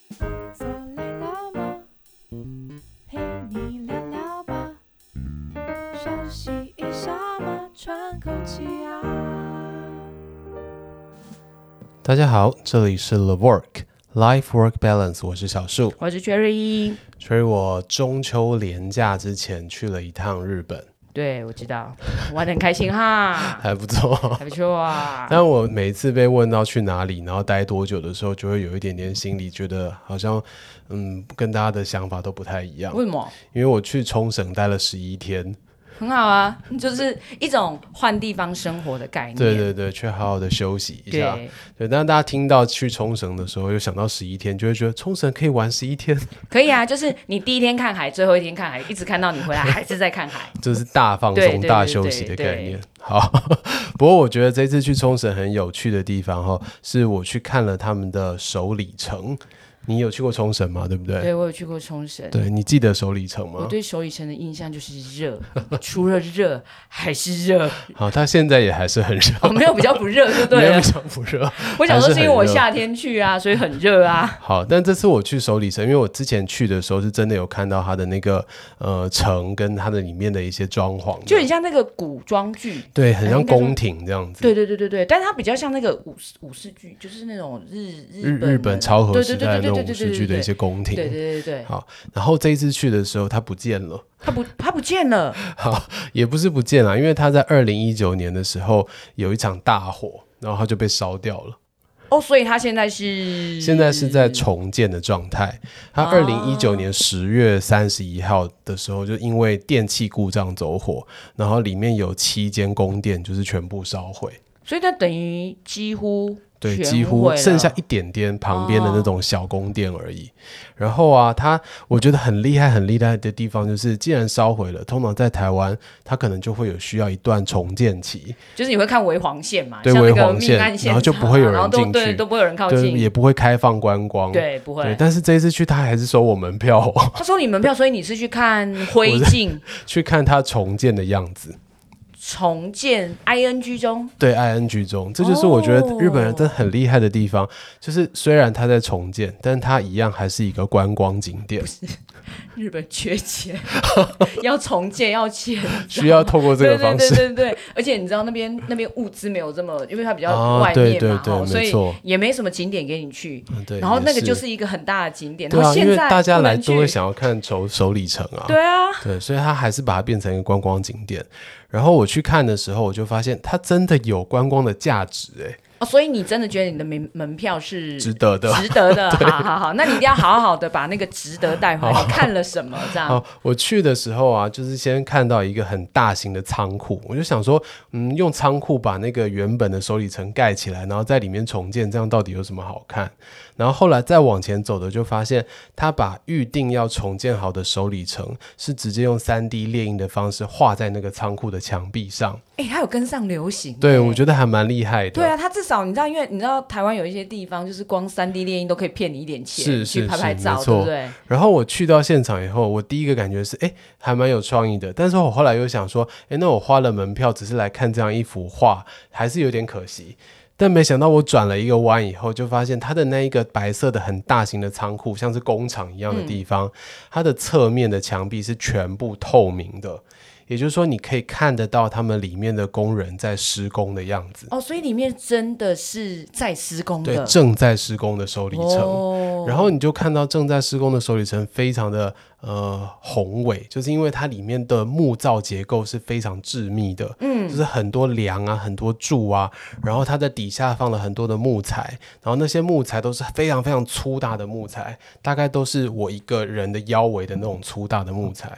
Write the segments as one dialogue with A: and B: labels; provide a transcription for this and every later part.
A: 坐累了吗？陪你聊聊吧，休息一下嘛，喘口气啊。
B: 大家好，这里是 The Work Life Work Balance， 我是小树，
C: 我是 Cherry。
B: 所以我中秋连假之前去了一趟日本，
C: 对，我知道，玩得很开心哈，
B: 还不错。
C: 还不错啊。
B: 但我每次被问到去哪里，然后待多久的时候，就会有一点点心里觉得好像，跟大家的想法都不太一样。
C: 为什么？
B: 因为我去冲绳待了11天，
C: 很好啊，就是一种换地方生活的概念。
B: 对对对，去好好的休息一下。
C: 对，
B: 对，但大家听到去冲绳的时候，又想到11天，就会觉得冲绳可以玩11天，
C: 可以啊，就是你第一天看海，最后一天看海，一直看到你回来还是在看海。
B: 这是大放松、
C: 对对对
B: 大休息的概念。好，不过我觉得这次去冲绳很有趣的地方是我去看了他们的首里城。你有去过冲绳吗？对不对？
C: 对，我有去过冲绳。
B: 对，你记得首里城吗？
C: 我对首里城的印象就是热，除了热还是热。
B: 好，它现在也还是很热，
C: 没有比较不热就对了。
B: 没有比较不热。
C: 我想说是因为我夏天去啊，所以很热啊。
B: 好，但这次我去首里城，因为我之前去的时候是真的有看到它的那个城跟它的里面的一些装潢，
C: 就很像那个古装剧，
B: 对，很像宫廷这样子。
C: 对对对对对，但是它比较像那个武士剧，就是那种日本
B: 昭和时代的那种武士剧的一些宫廷。
C: 对对对对。
B: 好，然后这一次去的时候，它不见了。
C: 它不见了。
B: 好，也不是不见了，因为它在2019年的时候有一场大火，然后它就被烧掉了。
C: 哦，所以它现在是
B: 在重建的状态。它2019年10月31号的时候，就因为电器故障走火，然后里面有7间宫殿就是全部烧毁，
C: 所以它等于几乎
B: 对，几乎剩下一点点旁边的那种小宫殿而已。然后啊，我觉得很厉害的地方就是，既然烧毁了，通常在台湾，它可能就会有需要一段重建期，
C: 就是你会看微黄线嘛，
B: 对，
C: 像那个
B: 微黄线，然后就不会有人进去，
C: 都不会有人靠近，
B: 也不会开放观光，
C: 对，不会。
B: 对，但是这一次去，他还是收我门票哦。
C: 他收你门票，所以你是去看灰烬，
B: 去看他重建的样子。
C: 重建 ING 中，
B: 对 ING 中，这就是我觉得日本人真的很厉害的地方，就是虽然他在重建，但他一样还是一个观光景点。不是，
C: 日本缺钱，要重建要钱，
B: 需要透过这个方式。
C: 对，而且你知道那边物资没有这么，因为它比较外面嘛，
B: 对，
C: 所以也没什么景点给你去。
B: 对，
C: 然后那个就是一个很大的景点。
B: 对啊，因为大家来都会想要看首里城啊。
C: 对啊，
B: 对，所以他还是把它变成一个观光景点。然后我去看的时候，我就发现它真的有观光的价值
C: 所以你真的觉得你的门票是
B: 值得的，
C: 好，那你一定要好好的把那个值得带回来。你看了什么？这样。
B: 好，我去的时候啊，就是先看到一个很大型的仓库，我就想说，用仓库把那个原本的首里城盖起来，然后在里面重建，这样到底有什么好看？然后后来再往前走的，就发现他把预定要重建好的首里城是直接用3D 列印的方式画在那个仓库的墙壁上。
C: 他有跟上流行。
B: 对，我觉得还蛮厉害的。
C: 对啊，他至少你知道，因为你知道台湾有一些地方就是光3D 列印都可以骗你一点钱，去拍照，对不对？
B: 然后我去到现场以后，我第一个感觉是，还蛮有创意的。但是我后来又想说，那我花了门票只是来看这样一幅画，还是有点可惜。但没想到我转了一个弯以后，就发现它的那一个白色的很大型的仓库，像是工厂一样的地方，它的侧面的墙壁是全部透明的。也就是说，你可以看得到他们里面的工人在施工的样子。
C: 所以里面真的是在施工的，
B: 对，正在施工的首里城。然后你就看到正在施工的首里城非常的宏伟，就是因为它里面的木造结构是非常致密的，就是很多梁啊，很多柱啊，然后它的底下放了很多的木材，然后那些木材都是非常非常粗大的木材，大概都是我一个人的腰围的那种粗大的木材。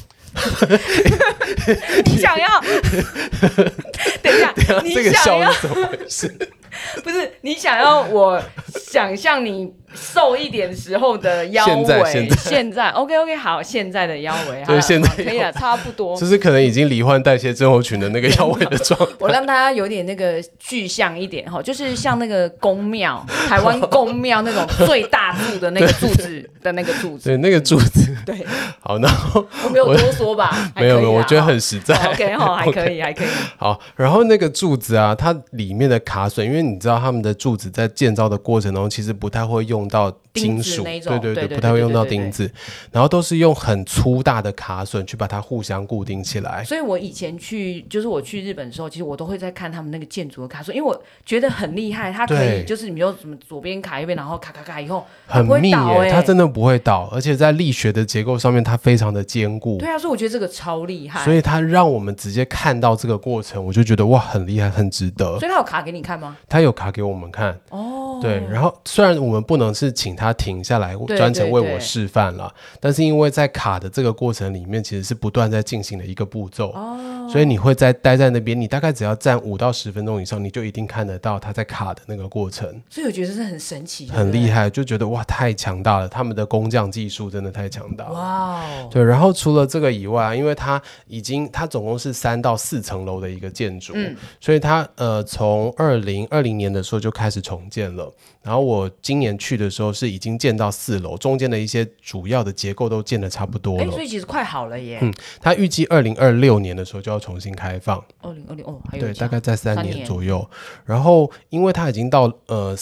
C: 你想要等一下，
B: 这个笑是怎么回事？
C: 不是你想要我想象你瘦一点时候的腰围，现在 OK 好，现在的腰围，
B: 对，现在
C: 可以了，差不多，
B: 就是可能已经罹患代谢症候群的那个腰围的状态。
C: 我让大家有点那个具象一点，就是像那个宫庙，台湾宫庙那种最大柱的那个柱子的那个柱子，
B: 对，那个柱子，
C: 对。
B: 好，然后
C: 我没有多说吧？
B: 没有，我觉得很实在。
C: OK 还可以。
B: 好，然后那个柱子啊，它里面的卡榫，因为你知道他们的柱子在建造的过程中其实不太会用到金属，对，不太会用到钉子，然后都是用很粗大的卡榫去把它互相固定起来。
C: 所以我以前就是我去日本的时候，其实我都会在看他们那个建筑的卡榫，因为我觉得很厉害，它可以就是你用什么左边卡一边，然后卡以后
B: 很密耶，它真的不会倒，而且在力学的结构上面它非常的坚固。
C: 对啊，所以我觉得这个超厉害，
B: 所以它让我们直接看到这个过程，我就觉得哇很厉害很值得。
C: 所以它有卡给你看吗？
B: 它有卡给我们看哦，对，然后虽然我们不能是请他停下来专程为我示范了，但是因为在卡的这个过程里面其实是不断在进行的一个步骤哦，所以你会待在那边，你大概只要站5到10分钟以上，你就一定看得到他在卡的那个过程。
C: 所以我觉得是很神奇，
B: 很厉害，就觉得哇太强大了，他们的工匠技术真的太强大了。哇哦，对，然后除了这个以外，因为它总共是3到4层楼的一个建筑，所以它从2020年的时候就开始重建了。然后我今年去的时候是已经建到4楼，中间的一些主要的结构都建得差不多了。
C: 所以其实快好了耶。
B: 它预计2026年的时候就要重新开放。
C: 2020哦，还有
B: 对，大概在3年左右。然后因为它已经到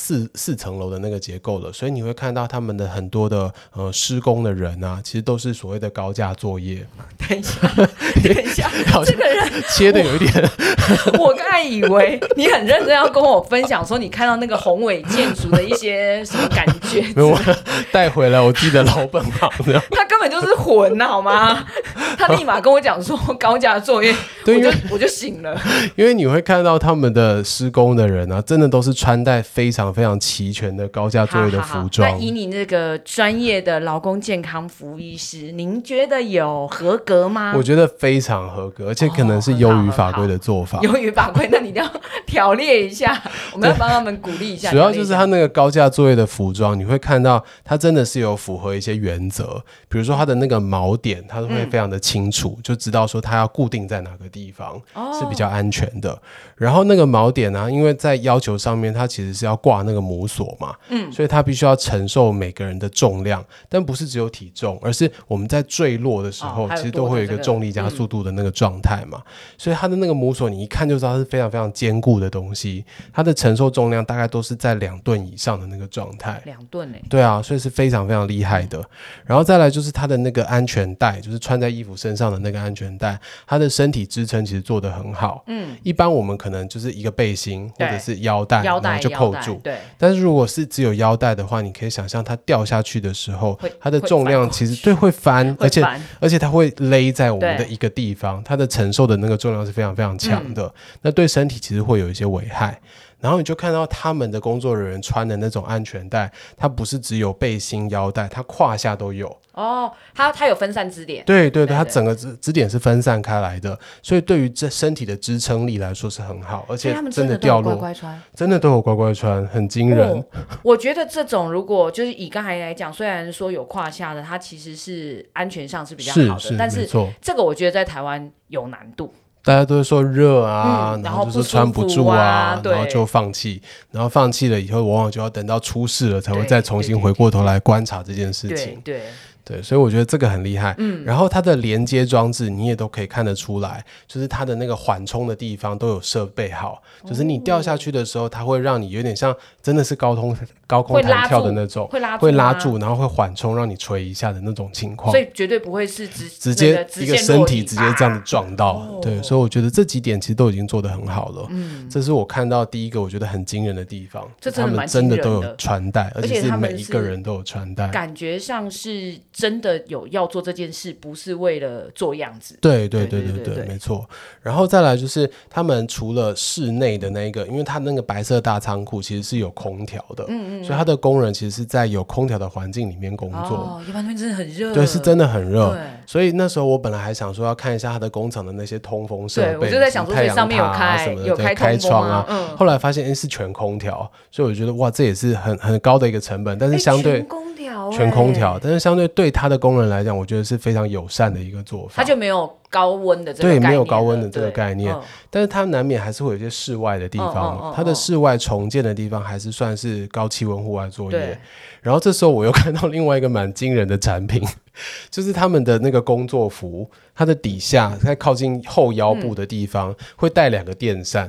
B: 4层楼的那个结构了，所以你会看到他们的很多的施工的人啊，其实都是所谓的高价作业。
C: 等一下，这个人
B: 切的有一点。
C: 我刚才以为你很认真要跟我分享说你看到那个宏伟建筑的一些什么感觉，
B: 没有带回来我自己的老本行。
C: 他根本就是混好吗？他立马跟我讲说高价作业，我就醒了。
B: 因为你会看到他们的施工的人啊，真的都是穿戴非常非常齐全的高价作业的服装。
C: 那以你那个专业的劳工健康服务医师，您觉得有合格吗？
B: 我觉得非常合格，而且可能是优于法规的做法。
C: 优于法规，那你一定要条列一下，我们要帮他们鼓励一下。
B: 主要就是他那个高价作业的服装，你会看到他真的是有符合一些原则，比如说他的那个锚点，他会非常的清楚，就知道说他要固定在哪个地方，是比较安全的。然后那个锚点啊，因为在要求上面，它其实是要挂那个母锁嘛，所以它必须要承受每个人的重量，但不是只有体重，而是我们在坠落的时候，其实都会有一个重力加速度的那个状态嘛，所以它的那个母锁，你一看就知道是非常非常坚固的东西，它的承受重量大概都是在2吨以上的那个状态。
C: 2吨欸？对
B: 啊，所以是非常非常厉害的。然后再来就是它的那个安全带，就是穿在衣服身上的那个安全带，它的身体支撑其实做得很好。一般我们可能就是一个背心或者是腰带，然后就扣住。对。但是如果是只有腰带的话，你可以想象它掉下去的时候，它的重量其实会翻，而且它会勒在我们的一个地方，它的承受的那个重量是非常非常强的。那对身体其实会有一些危害。然后你就看到他们的工作人员穿的那种安全带，它不是只有背心腰带，它胯下都有。
C: 它有分散支点。
B: 对，它整个支点是分散开来的，所以对于身体的支撑力来说是很好，而且真的掉落，真的都有乖乖穿，很惊人。
C: 我觉得这种如果就是以刚才来讲，虽然说有胯下的，它其实是安全上是比较好的，但是这个我觉得在台湾有难度。
B: 大家都会说热啊，然后就是穿不住啊，然后就放弃，然后放弃了以后，往往就要等到出事了才会再重新回过头来观察这件事情。对，所以我觉得这个很厉害。然后它的连接装置你也都可以看得出来，就是它的那个缓冲的地方都有设备好，就是你掉下去的时候，它会让你有点像真的是高空弹跳的那种，会拉住，然后会缓冲，让你垂一下的那种情况。
C: 所以绝对不会是直
B: 接一个身体直接这样子撞到。对，所以我觉得这几点其实都已经做得很好了。这是我看到第一个我觉得很惊人的地方，他们真的都有穿戴，而且是每一个人都有穿戴，
C: 感觉上是真的有要做这件事，不是为了做样子。
B: 对，没错。然后再来就是他们除了室内的那个，因为他那个白色大仓库其实是有空调的，所以他的工人其实是在有空调的环境里面工作。
C: 一般那边真的很热。
B: 对，是真的很热。所以那时候我本来还想说要看一下他的工厂的那些通风设备，
C: 我就在想说上面有开
B: 窗啊，后来发现是全空调，所以我觉得哇，这也是很高的一个成本，但是相对全空调，但是相对对他的工人来讲，我觉得是非常友善的一个做法。
C: 他就没有高温的这个概念，
B: 对，没有高温的这个概念，但是它难免还是会有一些室外的地方嘛，它的室外重建的地方还是算是高气温户外作业。然后这时候我又看到另外一个蛮惊人的产品，就是他们的那个工作服，它的底下在靠近后腰部的地方会带2个电扇。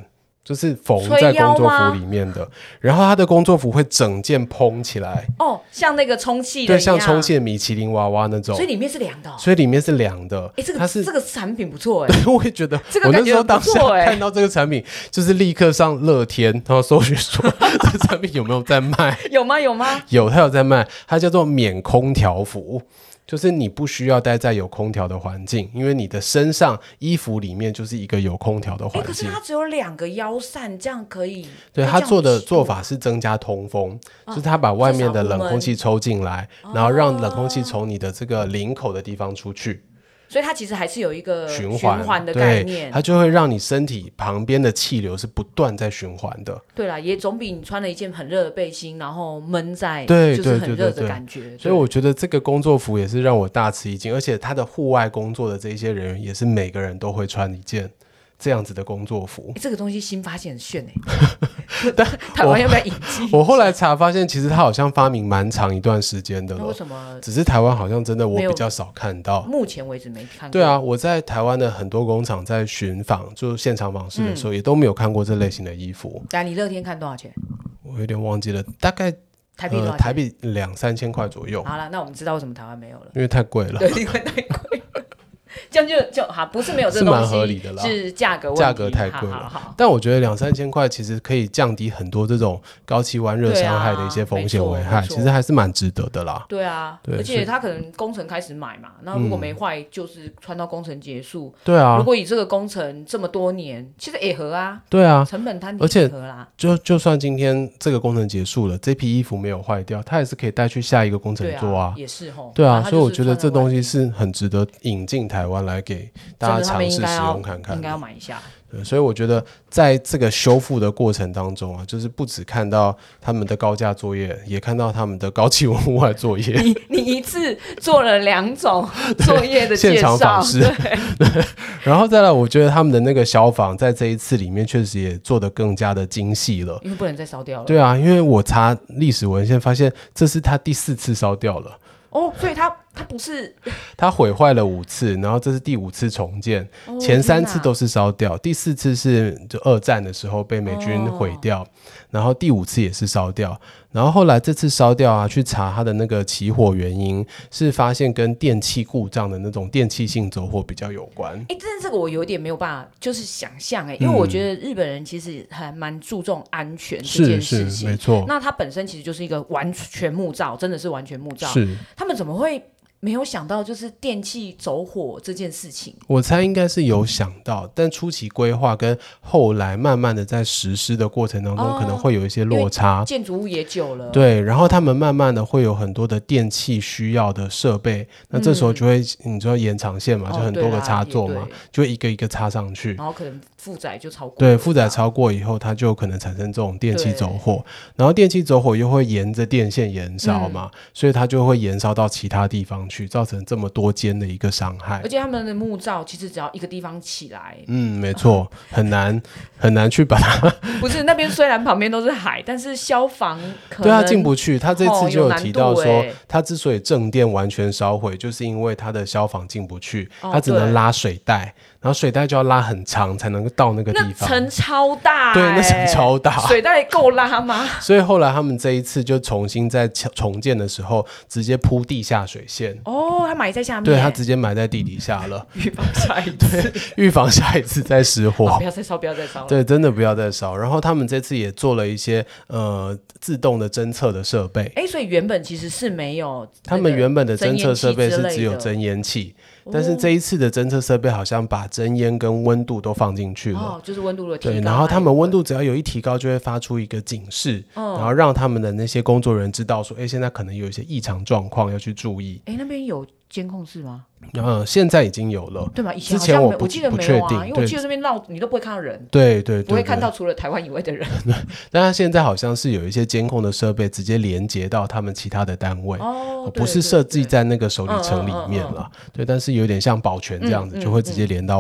B: 就是缝在工作服里面的，然后他的工作服会整件蓬起来，
C: 像那个充气的一
B: 对，
C: 样，
B: 像充气的米其林娃娃那种，
C: 所以里面是凉的
B: 所以里面是凉的。
C: 这个产品不错
B: 我也觉得，
C: 这个
B: 我那时候当下
C: 感觉
B: 看到这个产品，就是立刻上乐天，然后搜寻说这个产品有没有在卖？
C: 有吗？
B: 有，它有在卖，它叫做免空调服。就是你不需要待在有空调的环境，因为你的身上衣服里面就是一个有空调的环境。
C: 可是它只有2个腰扇，这样可以？
B: 对，它做的做法是增加通风，就是它把外面的冷空气抽进来，然后让冷空气从你的这个领口的地方出去。
C: 所以它其实还是有一个
B: 循
C: 环的概念，
B: 它就会让你身体旁边的气流是不断在循环的。
C: 对啦，也总比你穿了一件很热的背心，然后闷在
B: 就是
C: 很热的感觉。
B: 所以我觉得这个工作服也是让我大吃一惊，而且它的户外工作的这些人员也是每个人都会穿一件这样子的工作服。
C: 这个东西新发现很炫但台湾要不要引进？
B: 我后来查发现，其实它好像发明蛮长一段时间的了。
C: 那为什么？
B: 只是台湾好像真的我比较少看到，
C: 目前为止没看过。
B: 对啊，我在台湾的很多工厂在巡访，就现场访视的时候，也都没有看过这类型的衣服。
C: 你乐天看多少钱？
B: 我有点忘记了，大概
C: 台币多少钱？
B: 台币2-3千块左右。
C: 好了，那我们知道为什么台湾没有了，
B: 因为太贵了。
C: 对，因为太贵了。这样就好，不是没有这个东西，
B: 是蛮合理的啦，
C: 是价格问题，
B: 价格太贵了。好，但我觉得2-3千块其实可以降低很多这种高气温热伤害的一些风险危害，其实还是蛮值得的啦。
C: 对啊，对，而且他可能工程开始买嘛，那如果没坏，就是穿到工程结束。
B: 对啊，
C: 如果以这个工程这么多年，其实也合啊。
B: 对啊，
C: 成本摊底也合啦。
B: 就算今天这个工程结束了，这批衣服没有坏掉，它也是可以带去下一个工程做啊。
C: 也是齁。
B: 对啊，所以我觉得这东西是很值得引进台湾来给大家尝试使用看看，
C: 应该要买一下。
B: 对，所以我觉得在这个修复的过程当中啊，就是不只看到他们的高价作业，也看到他们的高气温户外作业。
C: 你一次做了2种作业的介绍，
B: 现场访视，对，然后再来，我觉得他们的那个消防在这一次里面确实也做得更加的精细了，
C: 因为不能再烧掉了。
B: 对啊，因为我查历史文献发现，这是他第4次烧掉了。
C: 所以他不是，
B: 他毁坏了5次，然后这是第5次重建，前3次都是烧掉，第4次是就2战的时候被美军毁掉，然后第5次也是烧掉，然后后来这次烧掉啊，去查它的那个起火原因，是发现跟电器故障的那种电气性走火比较有关。
C: 但是这个我有点没有办法就是想象因为我觉得日本人其实还蛮注重安全这件事情，
B: 是没错。
C: 那它本身其实就是一个完全木造，真的是完全木造，
B: 是
C: 他们怎么会没有想到就是电器走火这件事情？
B: 我猜应该是有想到，但初期规划跟后来慢慢的在实施的过程当中，可能会有一些落差。
C: 建筑物也久了，
B: 对，然后他们慢慢的会有很多的电器需要的设备，那这时候就会你知道延长线嘛，就很多个插座嘛，就会一个一个插上去，
C: 然后可能负载就超过，
B: 对，负载超过以后，它就可能产生这种电气走火，然后电气走火又会沿着电线延烧嘛，所以它就会延烧到其他地方去，造成这么多间的一个伤害。
C: 而且他们的木造其实只要一个地方起来，
B: 没错，很难去把它
C: 不是那边虽然旁边都是海，但是消防可能
B: 对它进不去。他这次就有提到说，他之所以正电完全烧毁，就是因为他的消防进不去，他只能拉水带，然后水带就要拉很长才能到那个地方，
C: 那层超大，
B: 对，那层超大，
C: 水带够拉吗？
B: 所以后来他们这一次就重新在重建的时候，直接铺地下水线。
C: 他埋在下面，
B: 对，他直接埋在地底下了，
C: 预防下一次，
B: 预防下一次再失火。
C: 不要再烧，不要再烧。
B: 对，真的不要再烧。然后他们这次也做了一些自动的侦测的设备。
C: 所以原本其实是没有，
B: 他们原本的侦测设备是只有侦烟器。但是这一次的侦测设备好像把侦烟跟温度都放进去了，
C: 就是温度的提高。
B: 对，然后他们温度只要有一提高，就会发出一个警示，然后让他们的那些工作人员知道说，现在可能有一些异常状况要去注意。
C: 那边有监控室吗？
B: 现在已经有了，
C: 对吗？
B: 之前我
C: 记得没有啊，因为我记得这边绕你都不会看到人，
B: 对，
C: 不会看到除了台湾以外的人。
B: 但他现在好像是有一些监控的设备直接连接到他们其他的单位，不是设计在那个守理层里面了。对，但是有点像保全这样子，就会直接连到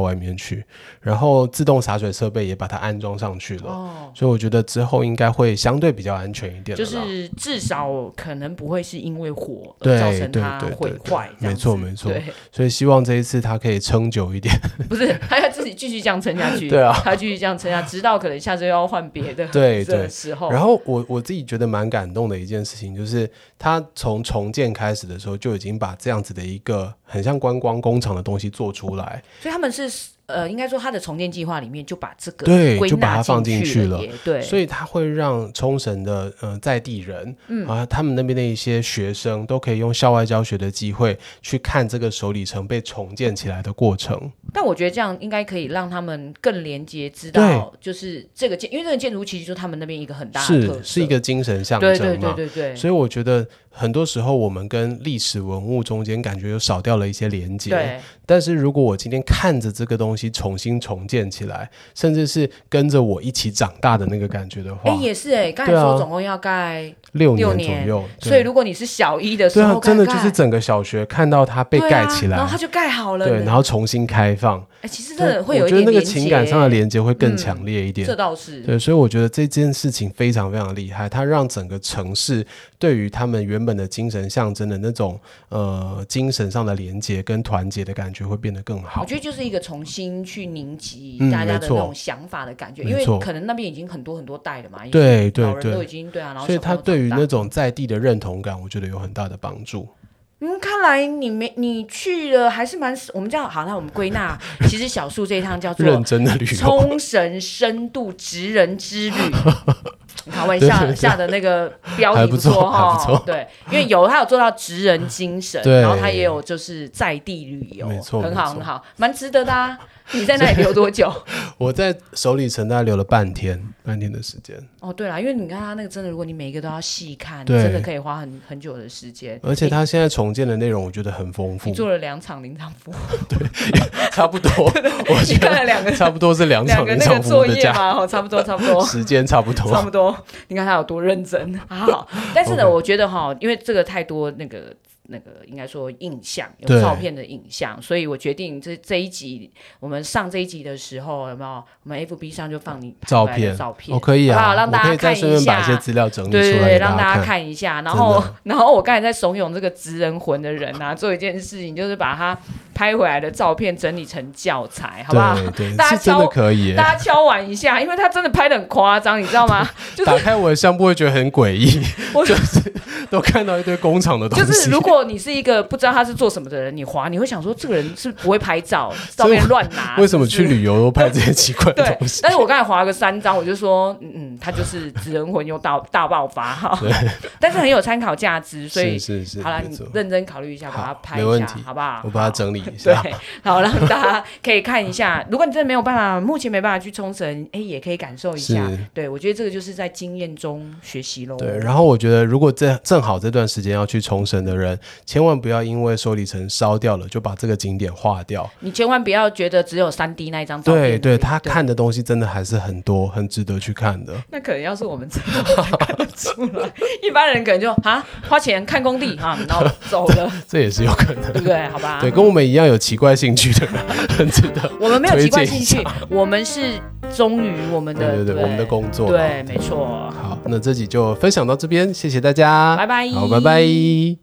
B: 外面去，然后自动洒水设备也把它安装上去了，所以我觉得之后应该会相对比较安全一点了啦，
C: 就是至少可能不会是因为火而造成它毁坏，
B: 没错没错，所以希望这一次它可以撑久一点，
C: 不是他要自己继续这样撑下去，
B: 对啊，
C: 他继续这样撑下，直到可能下周又要换别的的时候。
B: 然后我自己觉得蛮感动的一件事情，就是他从重建开始的时候就已经把这样子的一个很像观光工厂的东西做出来，
C: 所以他们是应该说他的重建计划里面就把这个
B: 就把它放进去了，
C: 对，
B: 所以他会让冲绳的在地人他们那边的一些学生都可以用校外教学的机会去看这个首里城被重建起来的过程。
C: 但我觉得这样应该可以让他们更连接，知道就是这个因为这个建筑其实就是他们那边一个很大的特色，
B: 是一个精神象征嘛，
C: 对，
B: 所以我觉得很多时候我们跟历史文物中间感觉又少掉了一些连接，
C: 对。
B: 但是如果我今天看着这个东西重新重建起来，甚至是跟着我一起长大的那个感觉的话，
C: 也是刚才说总共要盖
B: 6年左右，
C: 所以如果你是小一的时候
B: 真的就是整个小学看到它被盖起来，
C: 然后它就盖好了，
B: 对，然后重新开放，
C: 其实真的会有一点
B: 我觉得那个情感上的连接会更强烈一点，
C: 这倒是
B: 对，所以我觉得这件事情非常非常厉害，它让整个城市对于他们原本的精神象征的那种精神上的连接跟团结的感觉会变得更好。
C: 我觉得就是一个重新去凝集大家的那种想法的感觉，因为可能那边已经很多很多代了嘛，
B: 对，
C: 老人都已经然后
B: 所以他对于那种在地的认同感，我觉得有很大的帮助。
C: 看来你去了还是我们这样好，那我们归纳，其实小树这一趟叫做
B: 认真的旅游，
C: 冲绳深度职人之旅。你看我下的那个标题不错哈，对，因为他有做到职人精神，然后他也有就是在地旅游，
B: 没错，
C: 很好很好，蛮值得的啊。你在那里留多久？
B: 我在首里城大概留了半天的时间。
C: 对啦，因为你看他那个真的，如果你每一个都要细看，真的可以花很久的时间。
B: 而且他现在重建的内容，我觉得很丰富。
C: 你做了2场临场服务，
B: 对，差不多。我
C: 你看了2个，
B: 差不多是2场临场服务的价
C: 嘛，差不多，
B: 时间差不多。
C: 你看他有多认真，好。但是呢，我觉得因为这个太多那个应该说印象，有照片的影像，所以我决定这一集我们上这一集的时候，有没有我们 FB 上就放你照片，
B: 可以啊，
C: 好不好？让大家看一下，
B: 把一些资料整理出来，
C: 对，让大家看一下。然后我刚才在怂恿这个职人魂的人做一件事情，就是把他拍回来的照片整理成教材，好不好？
B: 对，
C: 大家
B: 真的可以，
C: 大家敲碗一下，因为他真的拍得很夸张，你知道吗？
B: 打开我的相簿会觉得很诡异，就是都看到一堆工厂的东西。
C: 就是如果你是一个不知道他是做什么的人，你会想说这个人是不会拍照，照片乱拿，
B: 为什么去旅游都拍这些奇怪的东西？
C: 但是我刚才划个3张，我就说，他就是职人魂又大爆发哈。但是很有参考价值，所以
B: 是
C: 好了，你认真考虑一下，把它拍一下，好不好？
B: 我把它整理一下，
C: 对，好，让大家可以看一下。如果你真的没有办法，目前没办法去冲绳，也可以感受一下。对，我觉得这个就是在经验中学习咯。
B: 对，然后我觉得如果正好这段时间要去冲绳的人，千万不要因为首里城烧掉了就把这个景点划掉。
C: 你千万不要觉得只有3D 那一张照片。
B: 对，他看的东西真的还是很多，很值得去看的。
C: 那可能要是我们真的看得出来，一般人可能就花钱看工地然后走了，
B: 这也是有可能，
C: 对不对？好吧，
B: 对，跟我们一样有奇怪兴趣的人，很值得。
C: 我们没有奇怪兴趣，我们是忠于我们的
B: 对我们的工作。
C: 对，没错。
B: 好，那这集就分享到这边，谢谢大家，
C: 拜拜。
B: 好，拜拜。